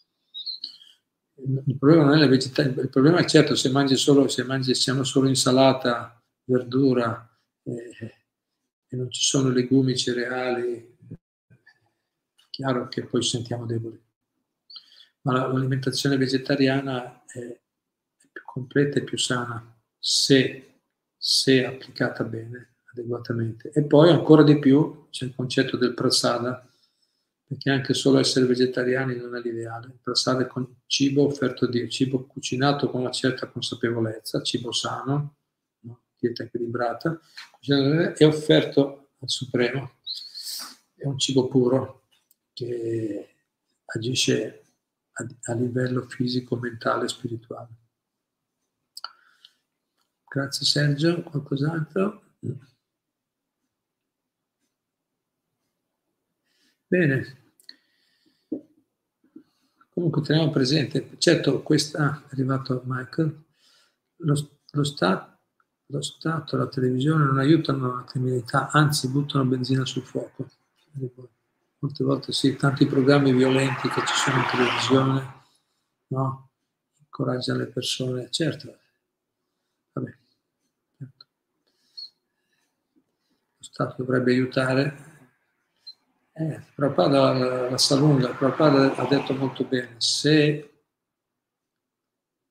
Il problema non è la vegetarianità, il problema è certo se mangi solo, se mangi siamo solo insalata, verdura eh, e non ci sono legumi, cereali, è chiaro che poi ci sentiamo deboli. Ma l'alimentazione vegetariana è, è più completa e più sana se, se applicata bene, adeguatamente. E poi ancora di più c'è il concetto del prasada, perché anche solo essere vegetariani non è l'ideale. Il prasada è con cibo offerto di cibo cucinato con una certa consapevolezza, cibo sano, no? Dieta equilibrata, è offerto al Supremo. È un cibo puro che agisce a, a livello fisico, mentale e spirituale. Grazie Sergio, qualcos'altro? Bene. Comunque teniamo presente, certo questa è arrivato Michael, lo, lo, sta, lo Stato e la televisione non aiutano la criminalità, anzi buttano benzina sul fuoco. Molte volte sì, tanti programmi violenti che ci sono in televisione, no? Incoraggiano le persone, certo, vabbè, certo. Lo Stato dovrebbe aiutare. Eh, Prabhupada la, la sa lunga, Prabhupada ha detto molto bene, se i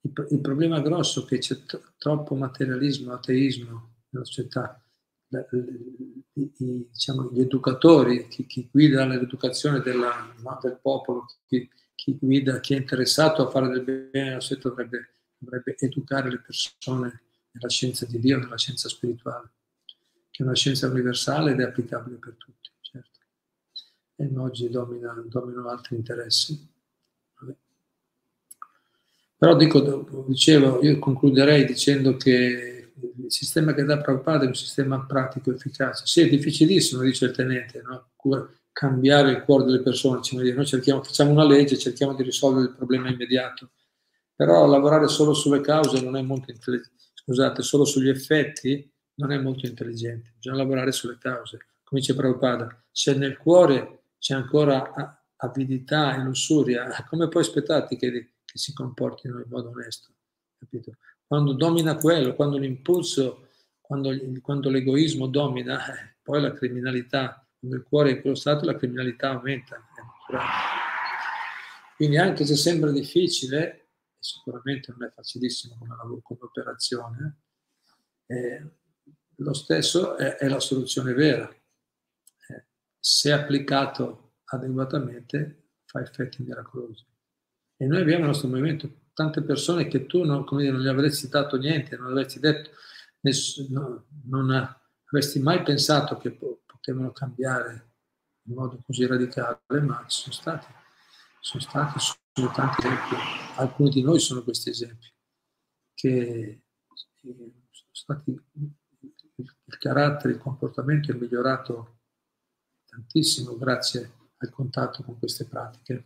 il, il problema grosso è che c'è t- troppo materialismo, ateismo nella società. La, i, i, diciamo, gli educatori, chi, chi guida l'educazione della, no, del popolo, chi, chi guida, chi è interessato a fare del bene alla società dovrebbe, dovrebbe educare le persone nella scienza di Dio, nella scienza spirituale, che è una scienza universale ed è applicabile per tutti, certo. E oggi domina, dominano altri interessi. Vabbè. Però dico, dicevo, io concluderei dicendo che il sistema che dà Prabhupada è un sistema pratico efficace. Sì, è difficilissimo, dice il tenente, no? Cambiare il cuore delle persone. Cioè, noi cerchiamo, facciamo una legge, cerchiamo di risolvere il problema immediato, però lavorare solo sulle cause non è molto intelligente. Scusate, solo sugli effetti non è molto intelligente. Bisogna lavorare sulle cause. Come dice Prabhupada, se nel cuore c'è ancora avidità e lussuria, come puoi aspettarti che, che si comportino in modo onesto? Capito? Quando domina quello, quando l'impulso, quando, quando l'egoismo domina, eh, poi la criminalità, quando il cuore è in quello stato, la criminalità aumenta. È naturale. Quindi anche se sembra difficile, e sicuramente non è facilissimo come, come operazione, eh, lo stesso è, è la soluzione vera. Eh, se applicato adeguatamente fa effetti miracolosi. E noi abbiamo il nostro movimento, tante persone che tu non, come dire, non gli avresti dato niente, non avresti detto, nessuno, non avresti mai pensato che potevano cambiare in modo così radicale, ma ci sono stati, sono stati sono tanti esempi. Alcuni di noi sono questi esempi, che sono stati, il carattere, il comportamento è migliorato tantissimo grazie al contatto con queste pratiche.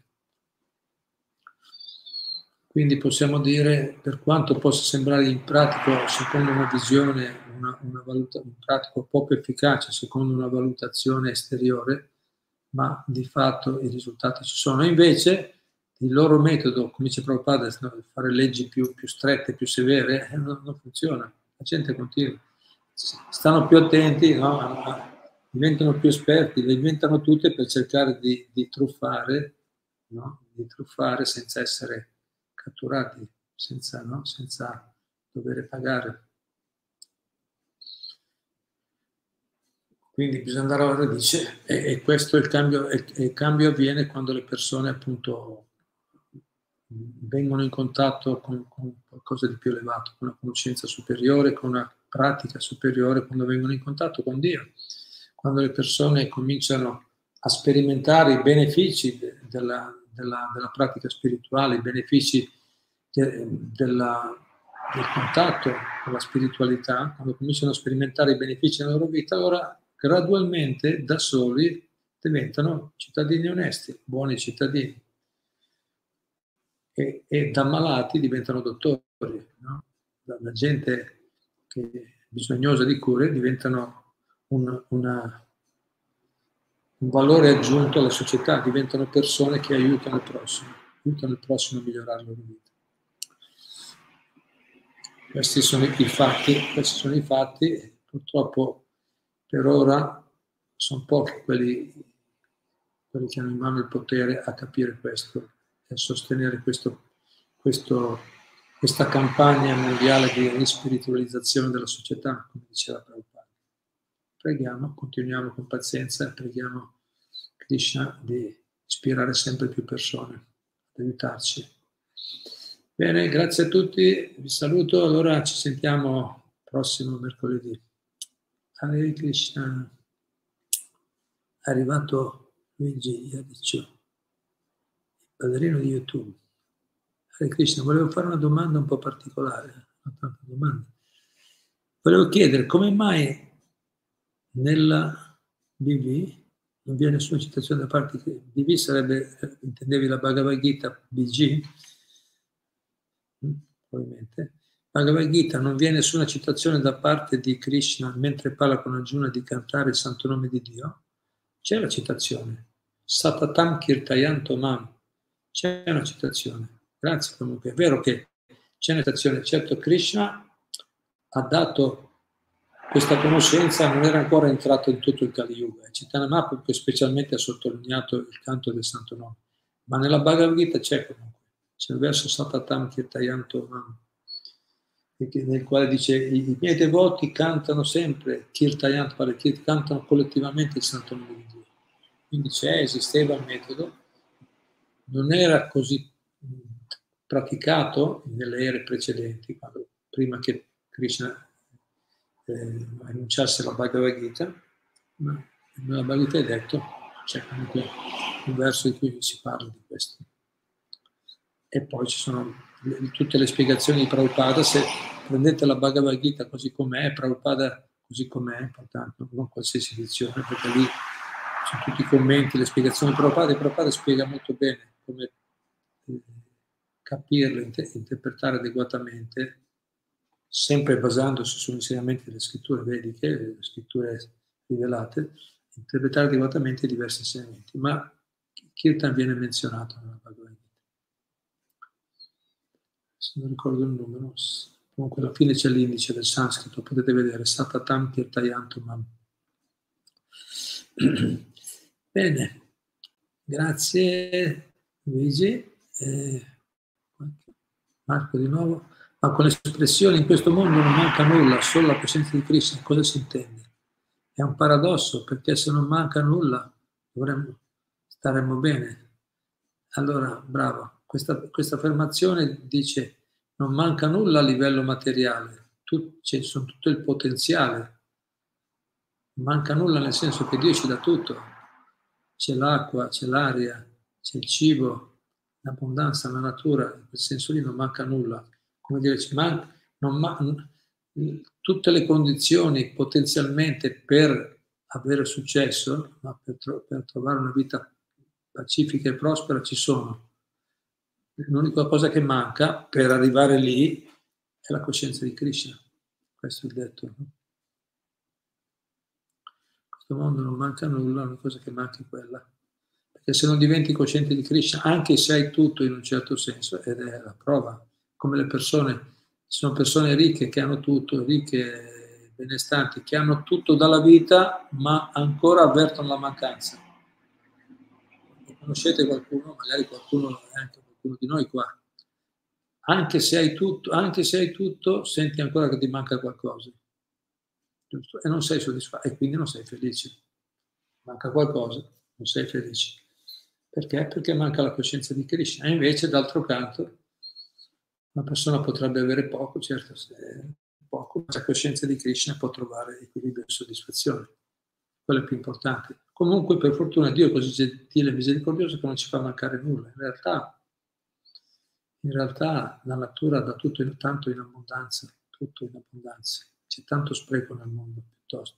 Quindi possiamo dire, per quanto possa sembrare in pratico, secondo una visione, una, una valuta, un pratico poco efficace, secondo una valutazione esteriore, ma di fatto i risultati ci sono. E invece il loro metodo, come dice Prabhupada, fare leggi più, più strette, più severe, eh, non, non funziona. La gente continua. Stanno più attenti, no? Diventano più esperti, le inventano tutte per cercare di, di truffare, no? Di truffare senza essere catturati, senza, no? senza dover pagare. Quindi bisogna andare alla radice e, e questo è il cambio, e, e il cambio avviene quando le persone appunto vengono in contatto con, con qualcosa di più elevato, con una conoscenza superiore, con una pratica superiore, quando vengono in contatto con Dio, quando le persone cominciano a sperimentare i benefici de, della, della, della pratica spirituale, i benefici de, della, del contatto con la spiritualità, quando cominciano a sperimentare i benefici della loro vita, allora gradualmente da soli diventano cittadini onesti, buoni cittadini. E, e da malati diventano dottori, no? da, da gente che è bisognosa di cure diventano un, una, un valore aggiunto alla società, diventano persone che aiutano il prossimo, aiutano il prossimo a migliorare la loro vita. Questi sono i fatti, questi sono i fatti, purtroppo per ora sono pochi quelli, quelli che hanno in mano il potere a capire questo e a sostenere questo, questo, questa campagna mondiale di rispiritualizzazione della società, come diceva Prabhupada. Preghiamo, continuiamo con pazienza e preghiamo Krishna di ispirare sempre più persone, ad aiutarci. Bene, grazie a tutti, vi saluto, allora ci sentiamo prossimo mercoledì. Hare Krishna. È arrivato Luigi Iadicio, il padrino di YouTube. Hare Krishna, volevo fare una domanda un po' particolare, non tante domande. Volevo chiedere come mai nella B V non vi è nessuna citazione da parte di B V, sarebbe, intendevi la Bhagavad Gita B G? Probabilmente. Bhagavad Gita non vi è nessuna citazione da parte di Krishna mentre parla con Arjuna di cantare il santo nome di Dio? C'è la citazione. Satatam kirtayanto mam. C'è una citazione. Grazie comunque. È vero che c'è una citazione. Certo, Krishna ha dato questa conoscenza, non era ancora entrato in tutto il Kali Yuga. Chaitanya Mahaprabhu specialmente ha sottolineato il canto del santo nome. Ma nella Bhagavad Gita c'è comunque. c'è il verso Satatam Kirtayanto Mam, nel quale dice i miei devoti cantano sempre Kirtayanto, cantano collettivamente il santo nome di Dio. Quindi c'è, esisteva il metodo, non era così praticato nelle ere precedenti, quando, prima che Krishna eh, annunciasse la Bhagavad Gita, ma nella Bhagavad Gita è detto, c'è comunque un verso in cui si parla di questo. E poi ci sono le, tutte le spiegazioni di Prabhupada. Se prendete la Bhagavad Gita così com'è, Prabhupada così com'è, portanto, non qualsiasi edizione, perché lì sono tutti i commenti, le spiegazioni di Prabhupada, e Prabhupada spiega molto bene come eh, capirlo, inter- interpretare adeguatamente, sempre basandosi sugli insegnamenti delle scritture vediche, le scritture rivelate, interpretare adeguatamente i diversi insegnamenti. Ma Kirtan viene menzionato nella Bhagavad Gita. Se non ricordo il numero, comunque alla fine c'è l'indice del sanscrito, potete vedere, Satatam Kirtayanto Mam. Bene, grazie Luigi. Eh, Marco di nuovo. Ma con l'espressione in questo mondo non manca nulla, solo la presenza di Krishna, cosa si intende? È un paradosso, perché se non manca nulla dovremmo staremmo bene. Allora, bravo, questa, questa affermazione dice non manca nulla a livello materiale, tu, c'è sono tutto il potenziale, non manca nulla nel senso che Dio ci dà tutto, c'è l'acqua, c'è l'aria, c'è il cibo, l'abbondanza, la natura, in quel senso lì non manca nulla. Come dire, ci manca, non man- tutte le condizioni potenzialmente per avere successo, ma per, tro- per trovare una vita pacifica e prospera ci sono. L'unica cosa che manca per arrivare lì è la coscienza di Krishna. Questo è il detto. No? In questo mondo non manca nulla, l'unica cosa che manca è quella. Perché se non diventi cosciente di Krishna, anche se hai tutto in un certo senso, ed è la prova, come le persone, ci sono persone ricche che hanno tutto, ricche, benestanti, che hanno tutto dalla vita, ma ancora avvertono la mancanza. Conoscete qualcuno, magari qualcuno è anche qualcuno di noi qua, anche se hai tutto, anche se hai tutto, senti ancora che ti manca qualcosa, giusto? E non sei soddisfatto, e quindi non sei felice. Manca qualcosa, non sei felice. Perché? Perché manca la coscienza di Krishna. E invece, d'altro canto, una persona potrebbe avere poco, certo, se poco, ma la coscienza di Krishna può trovare equilibrio e soddisfazione. Quello è più importante. Comunque, per fortuna, Dio è così gentile e misericordioso che non ci fa mancare nulla. In realtà, in realtà la natura dà tutto in, tanto in abbondanza, tutto in abbondanza. C'è tanto spreco nel mondo, piuttosto.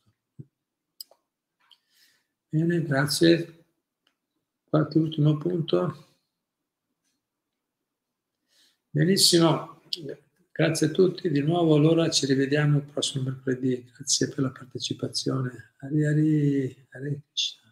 Bene, grazie. Qualche ultimo punto? Benissimo, grazie a tutti. Di nuovo, allora ci rivediamo il prossimo mercoledì. Grazie per la partecipazione. Hari Hari, Hare Krishna.